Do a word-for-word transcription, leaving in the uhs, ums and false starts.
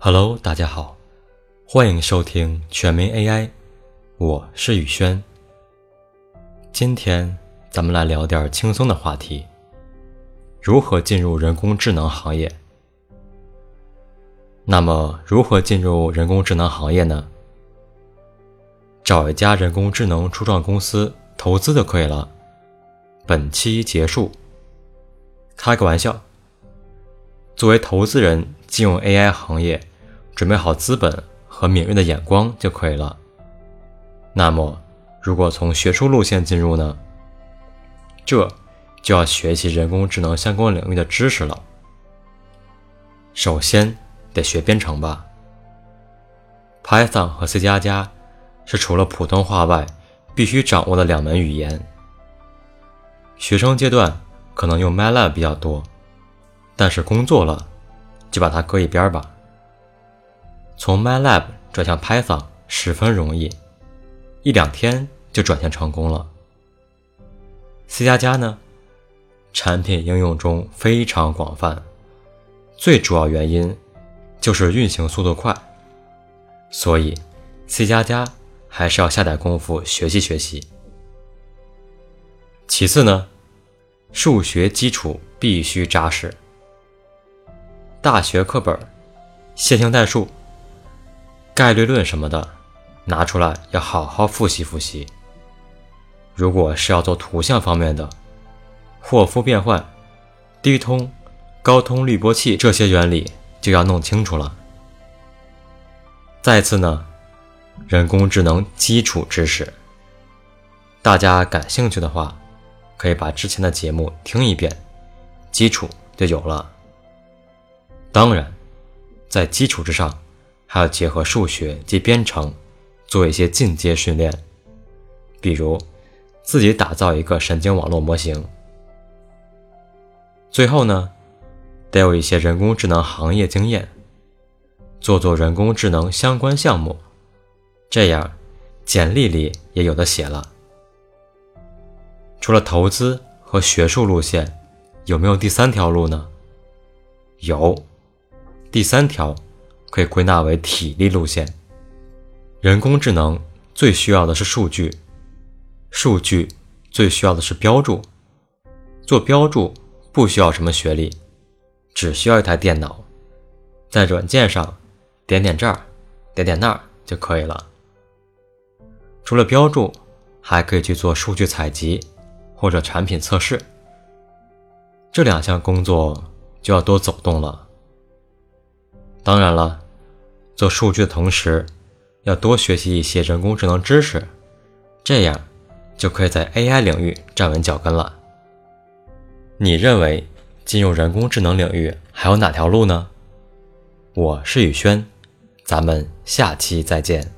Hello， 大家好，欢迎收听全民 A I， 我是宇轩。今天咱们来聊点轻松的话题，如何进入人工智能行业。那么如何进入人工智能行业呢？找一家人工智能初创公司投资就可以了。本期结束。开个玩笑，作为投资人进入 A I 行业，准备好资本和敏锐的眼光就可以了。那么如果从学术路线进入呢？这就要学习人工智能相关领域的知识了。首先得学编程吧。 Python 和 C 加加 是除了普通话外必须掌握的两门语言。学生阶段可能用 MATLAB 比较多，但是工作了就把它搁一边吧。从 MATLAB 转向 Python 十分容易，一两天就转型成功了。 C 加加 呢，产品应用中非常广泛，最主要原因就是运行速度快，所以 C 加加 还是要下点功夫学习学习。其次呢，数学基础必须扎实。大学课本、线性代数、概率论什么的拿出来要好好复习复习。如果是要做图像方面的，霍夫变换、低通、高通滤波器这些原理就要弄清楚了。再次呢，人工智能基础知识，大家感兴趣的话可以把之前的节目听一遍，基础就有了。当然在基础之上还要结合数学及编程做一些进阶训练，比如自己打造一个神经网络模型。最后呢，得有一些人工智能行业经验，做做人工智能相关项目，这样简历里也有的写了。除了投资和学术路线，有没有第三条路呢？有，第三条可以归纳为体力路线。人工智能最需要的是数据，数据最需要的是标注。做标注不需要什么学历，只需要一台电脑，在软件上点点这儿点点那儿就可以了。除了标注，还可以去做数据采集或者产品测试，这两项工作就要多走动了。当然了，做数据的同时要多学习一些人工智能知识，这样就可以在 A I 领域站稳脚跟了。你认为进入人工智能领域还有哪条路呢？我是宇轩，咱们下期再见。